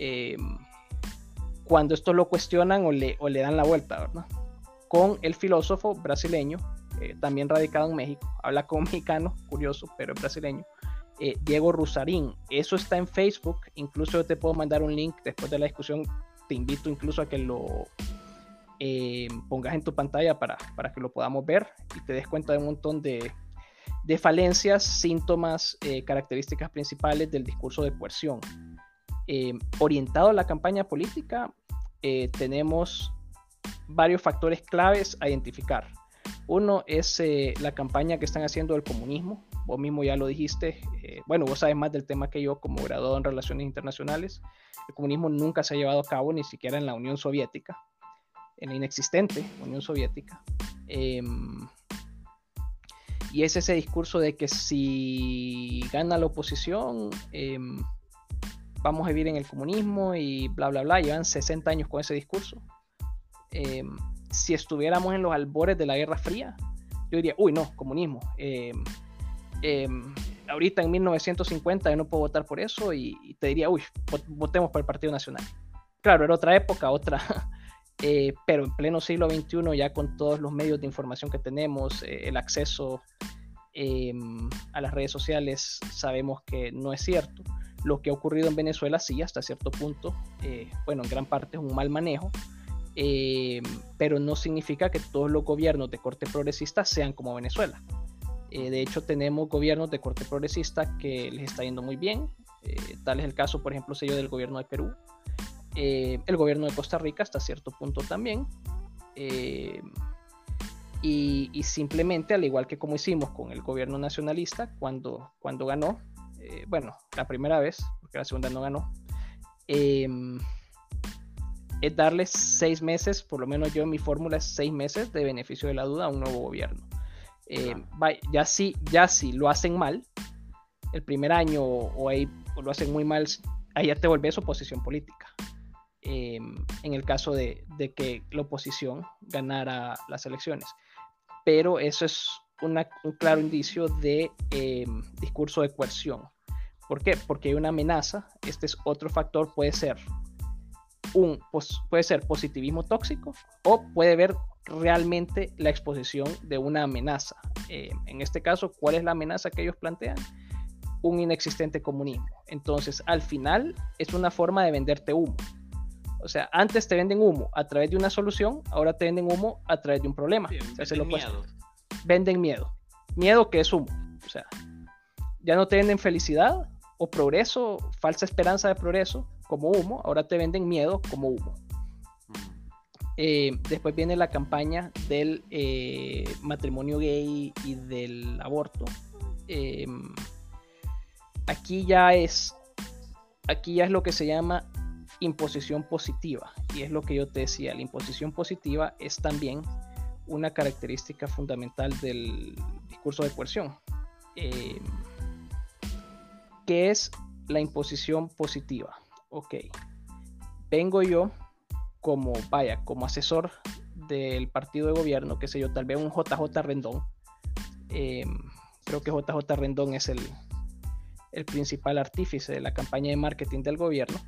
cuando esto lo cuestionan o le dan la vuelta, ¿verdad? Con el filósofo brasileño, también radicado en México, habla como mexicano, curioso, pero es brasileño, Diego Rusarín. Eso está en Facebook, incluso yo te puedo mandar un link después de la discusión, te invito incluso a que lo pongas en tu pantalla para que lo podamos ver y te des cuenta de un montón de falencias, síntomas, características principales del discurso de coerción. Orientado a la campaña política, tenemos varios factores claves a identificar. Uno es la campaña que están haciendo del comunismo. Vos mismo ya lo dijiste, bueno, vos sabes más del tema que yo como graduado en Relaciones Internacionales. El comunismo nunca se ha llevado a cabo, ni siquiera en la Unión Soviética, en la inexistente Unión Soviética. Y es ese discurso de que si gana la oposición, vamos a vivir en el comunismo y bla, bla, bla. Llevan 60 años con ese discurso. Si estuviéramos en los albores de la Guerra Fría, yo diría, uy, no, comunismo. Ahorita en 1950 yo no puedo votar por eso y te diría, uy, votemos por el Partido Nacional. Claro, era otra época, pero en pleno siglo XXI, ya con todos los medios de información que tenemos, el acceso a las redes sociales, sabemos que no es cierto. Lo que ha ocurrido en Venezuela, sí, hasta cierto punto, bueno, en gran parte es un mal manejo, pero no significa que todos los gobiernos de corte progresista sean como Venezuela. De hecho, tenemos gobiernos de corte progresista que les está yendo muy bien. Tal es el caso, por ejemplo, del gobierno de Perú. El gobierno de Costa Rica hasta cierto punto también. Y simplemente, al igual que como hicimos con el gobierno nacionalista cuando ganó, bueno, la primera vez, porque la segunda no ganó, es darles 6 meses, por lo menos yo en mi fórmula es 6 meses de beneficio de la duda a un nuevo gobierno. Ya si lo hacen mal el primer año o lo hacen muy mal, ahí ya te volvés oposición política. En el caso de que la oposición ganara las elecciones, pero eso es un claro indicio de discurso de coerción. ¿Por qué? Porque hay una amenaza. Este es otro factor, puede ser positivismo tóxico o puede ver realmente la exposición de una amenaza. En este caso, ¿cuál es la amenaza que ellos plantean? Un inexistente comunismo. Entonces, al final es una forma de venderte humo. O sea, antes te venden humo a través de una solución, ahora te venden humo a través de un problema. Sí, venden miedo. Miedo que es humo. O sea, ya no te venden felicidad o progreso, falsa esperanza de progreso como humo, ahora te venden miedo como humo. Después viene la campaña del matrimonio gay y del aborto. Aquí ya es lo que se llama imposición positiva, y es lo que yo te decía, la imposición positiva es también una característica fundamental del discurso de coerción. ¿Qué es la imposición positiva? Ok, vengo yo como asesor del partido de gobierno, qué sé yo, tal vez un JJ Rendón. Creo que JJ Rendón es el principal artífice de la campaña de marketing del gobierno.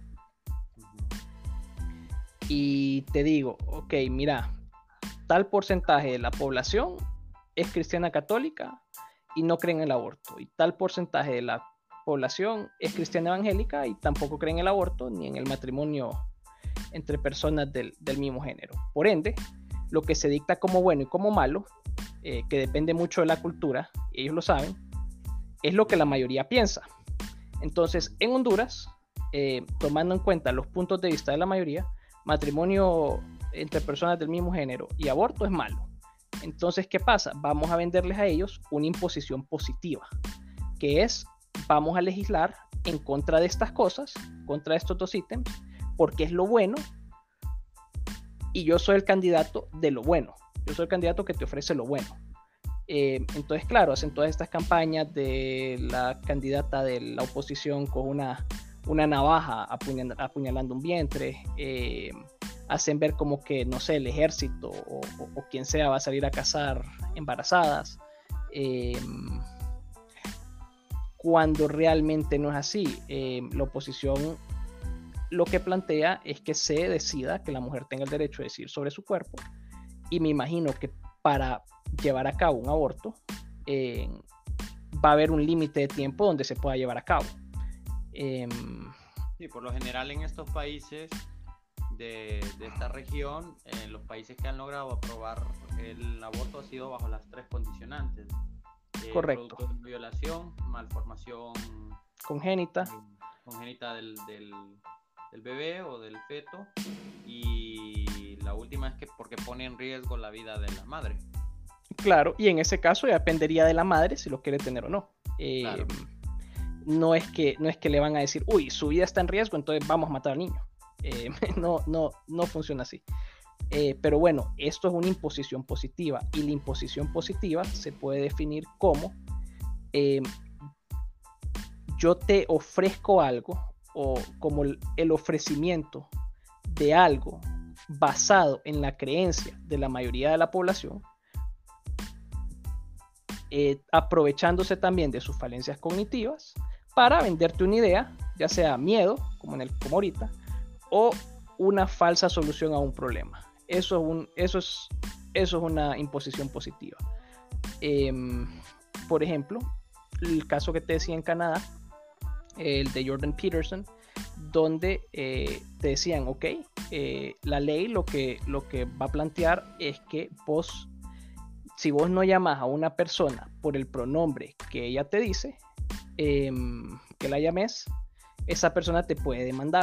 Y te digo, ok, mira, tal porcentaje de la población es cristiana católica y no creen en el aborto, y tal porcentaje de la población es cristiana evangélica y tampoco creen en el aborto ni en el matrimonio entre personas del mismo género. Por ende, lo que se dicta como bueno y como malo, que depende mucho de la cultura, ellos lo saben, es lo que la mayoría piensa. Entonces, en Honduras, tomando en cuenta los puntos de vista de la mayoría, matrimonio entre personas del mismo género y aborto es malo. Entonces, ¿qué pasa? Vamos a venderles a ellos una imposición positiva, que es, vamos a legislar en contra de estas cosas, contra estos dos ítems, porque es lo bueno y yo soy el candidato de lo bueno. Yo soy el candidato que te ofrece lo bueno. Entonces, claro, hacen todas estas campañas de la candidata de la oposición con una navaja apuñalando un vientre. Hacen ver como que, no sé, el ejército o quien sea va a salir a cazar embarazadas. cuando realmente no es así. La oposición lo que plantea es que se decida que la mujer tenga el derecho de decidir sobre su cuerpo, y me imagino que para llevar a cabo un aborto va a haber un límite de tiempo donde se pueda llevar a cabo. Sí, por lo general en estos países de esta región, los países que han logrado aprobar el aborto ha sido bajo las 3 condicionantes. Correcto. Producto de violación, malformación congénita del bebé o del feto, y la última es que porque pone en riesgo la vida de la madre. Claro, y en ese caso ya dependería de la madre si lo quiere tener o no. Claro. No es que le van a decir, uy, su vida está en riesgo, entonces vamos a matar al niño. No funciona así. Pero bueno, esto es una imposición positiva, y la imposición positiva se puede definir como yo te ofrezco algo, o como el ofrecimiento de algo basado en la creencia de la mayoría de la población, aprovechándose también de sus falencias cognitivas para venderte una idea, ya sea miedo, como ahorita, o una falsa solución a un problema. Eso es una imposición positiva. Por ejemplo, el caso que te decía en Canadá, el de Jordan Peterson, donde te decían, ok, la ley lo que va a plantear es que si vos no llamas a una persona por el pronombre que ella te dice, que la llames, esa persona te puede demandar,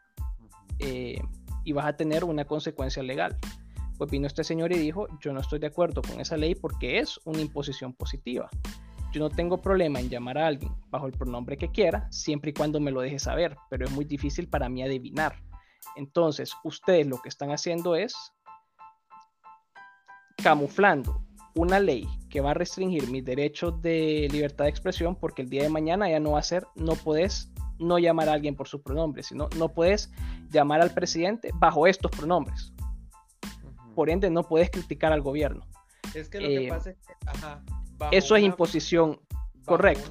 y vas a tener una consecuencia legal. Pues vino este señor y dijo, yo no estoy de acuerdo con esa ley porque es una imposición positiva. Yo no tengo problema en llamar a alguien bajo el pronombre que quiera, siempre y cuando me lo deje saber, pero es muy difícil para mí adivinar. Entonces, ustedes lo que están haciendo es camuflando una ley que va a restringir mis derechos de libertad de expresión, porque el día de mañana ya no va a ser, no podés no llamar a alguien por su pronombre, sino no puedes llamar al presidente bajo estos pronombres. Por ende, no puedes criticar al gobierno. Es que lo que pasa es que, eso es imposición, correcto.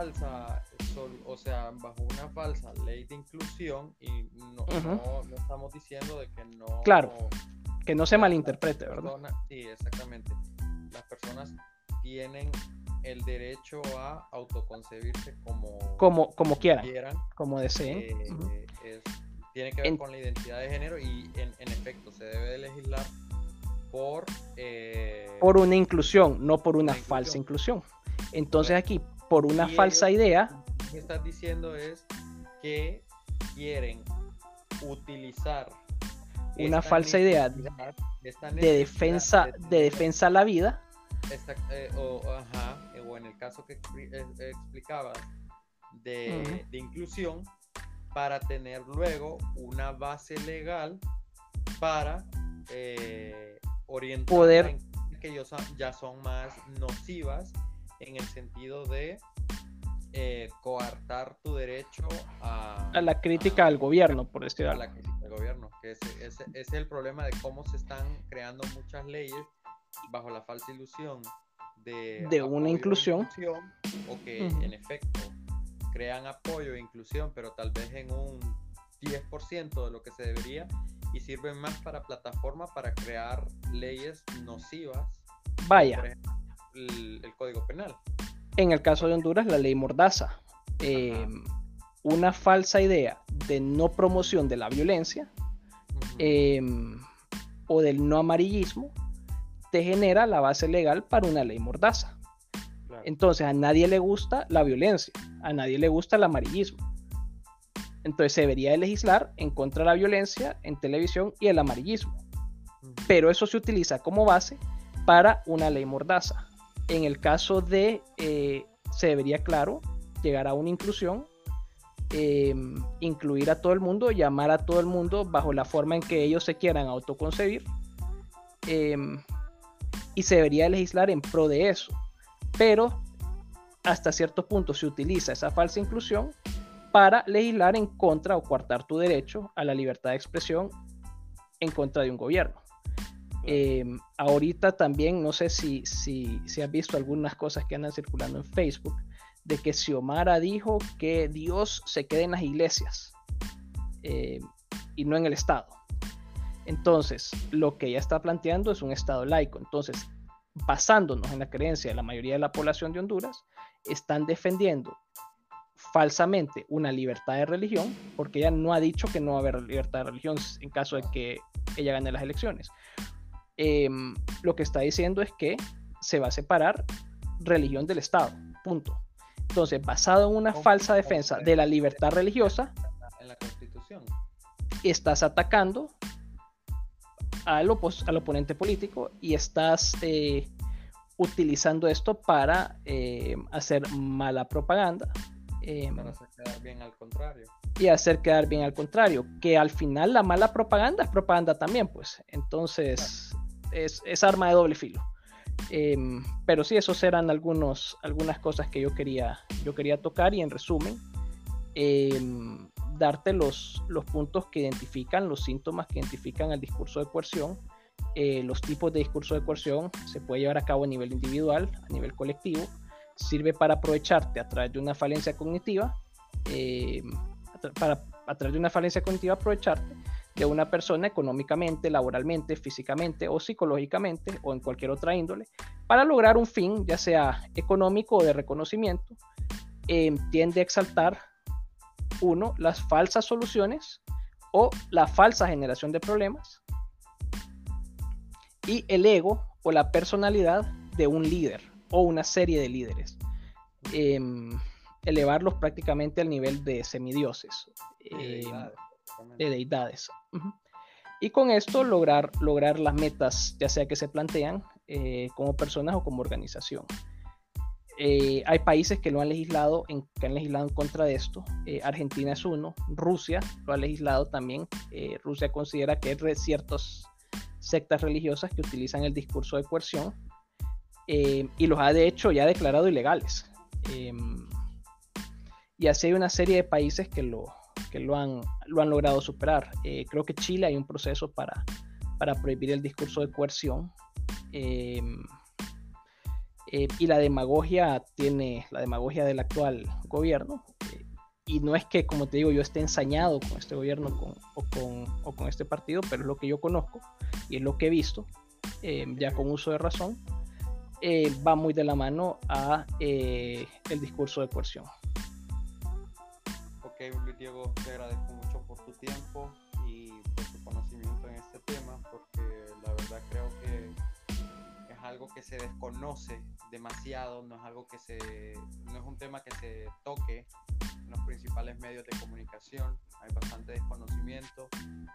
Bajo una falsa ley de inclusión, y no estamos diciendo de que no... Claro, que no se malinterprete, ¿verdad? Sí, exactamente. Las personas tienen el derecho a autoconcebirse como quieran, como deseen. Tiene que ver con la identidad de género, y en efecto se debe de legislar por una inclusión, no por una falsa inclusión. Entonces aquí, por una falsa idea... Lo que estás diciendo es que quieren utilizar una falsa idea de defensa a la vida. O en el caso que explicabas de inclusión, para tener luego una base legal para orientar que ellos ya son más nocivas, en el sentido de coartar tu derecho a la crítica al gobierno, por decir algo. A la crítica al gobierno, que ese es el problema de cómo se están creando muchas leyes bajo la falsa ilusión de una inclusión, o que en efecto crean apoyo e inclusión, pero tal vez en un 10% de lo que se debería, y sirven más para plataforma para crear leyes nocivas. Vaya. Por ejemplo, el Código Penal. En el caso de Honduras, la ley Mordaza. Una falsa idea de no promoción de la violencia o del no amarillismo te genera la base legal para una ley Mordaza. Claro. Entonces a nadie le gusta la violencia, a nadie le gusta el amarillismo. Entonces se debería de legislar en contra de la violencia en televisión y el amarillismo. Pero eso se utiliza como base para una ley Mordaza. En el caso de, se debería, claro, llegar a una inclusión, incluir a todo el mundo, llamar a todo el mundo bajo la forma en que ellos se quieran autoconcebir, y se debería legislar en pro de eso. Pero hasta cierto punto se utiliza esa falsa inclusión para legislar en contra o coartar tu derecho a la libertad de expresión en contra de un gobierno. Ahorita también, no sé si has visto algunas cosas que andan circulando en Facebook, de que Xiomara dijo que Dios se quede en las iglesias y no en el Estado. Entonces, lo que ella está planteando es un Estado laico. Entonces, basándonos en la creencia de la mayoría de la población de Honduras, están defendiendo falsamente una libertad de religión, porque ella no ha dicho que no va a haber libertad de religión en caso de que ella gane las elecciones. Lo que está diciendo es que se va a separar religión del Estado, punto. Entonces, basado en una falsa defensa de la libertad religiosa, en la Constitución, estás atacando al oponente político y estás utilizando esto para hacer mala propaganda. Para hacer quedar bien al contrario. Y hacer quedar bien al contrario, que al final la mala propaganda es propaganda también, pues. Entonces, es arma de doble filo. Pero sí, esos eran algunas cosas que yo quería tocar, y en resumen, darte los puntos que identifican, los síntomas que identifican el discurso de coerción, los tipos de discurso de coerción. Se puede llevar a cabo a nivel individual, a nivel colectivo. Sirve para aprovecharte a través de una falencia cognitiva, a través de una falencia cognitiva aprovecharte de una persona económicamente, laboralmente, físicamente o psicológicamente o en cualquier otra índole, para lograr un fin, ya sea económico o de reconocimiento. Tiende a exaltar, uno, las falsas soluciones o la falsa generación de problemas, y el ego o la personalidad de un líder o una serie de líderes, elevarlos prácticamente al nivel de semidioses, de deidades. Y con esto lograr las metas, ya sea que se plantean como personas o como organización. Hay países que lo han legislado, en contra de esto. Argentina es uno, Rusia lo ha legislado también. Rusia considera que hay ciertas sectas religiosas que utilizan el discurso de coerción, y los ha de hecho ya declarado ilegales. Y así hay una serie de países que lo han logrado superar. Creo que Chile hay un proceso para prohibir el discurso de coerción. Y la demagogia del actual gobierno, y no es que, como te digo, yo esté ensañado con este gobierno o con este partido, pero es lo que yo conozco y es lo que he visto, ya con uso de razón. Va muy de la mano a el discurso de coerción. Ok, Luis Diego, te agradezco mucho por tu tiempo y por tu conocimiento en este tema, porque la verdad creo que es algo que se desconoce demasiado, no es un tema que se toque en los principales medios de comunicación. Hay bastante desconocimiento,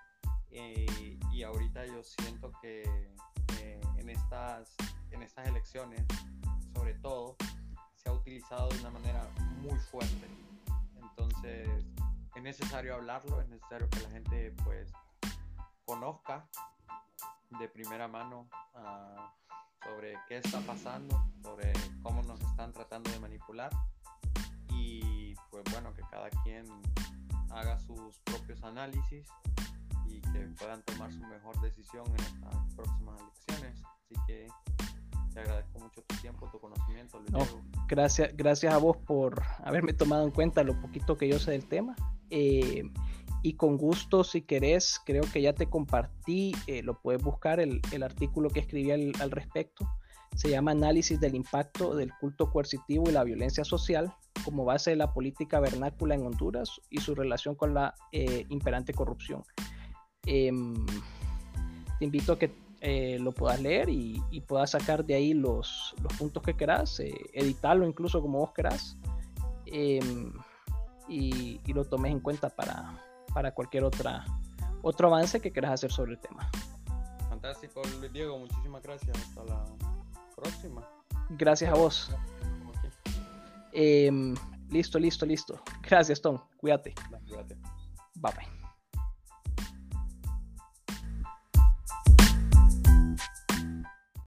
y ahorita yo siento que en estas elecciones, sobre todo, se ha utilizado de una manera muy fuerte. Entonces es necesario hablarlo, es necesario que la gente pues conozca de primera mano sobre qué está pasando, sobre cómo nos están tratando de manipular, y pues bueno, que cada quien haga sus propios análisis y que puedan tomar su mejor decisión en estas próximas elecciones. Así que te agradezco mucho tu tiempo, tu conocimiento, Luis Diego. Gracias a vos por haberme tomado en cuenta lo poquito que yo sé del tema, y con gusto, si querés, creo que ya te compartí, lo puedes buscar, el artículo que escribí al respecto. Se llama Análisis del impacto del culto coercitivo y la violencia social como base de la política vernácula en Honduras y su relación con la imperante corrupción. Te invito a que lo puedas leer y puedas sacar de ahí los puntos que querás, editarlo incluso como vos querás, y lo tomes en cuenta para cualquier otro avance que quieras hacer sobre el tema. Fantástico, Luis Diego, muchísimas gracias. Hasta la próxima. Gracias a vos. Listo. Gracias, Tom. Cuídate. Cuídate. Bye bye.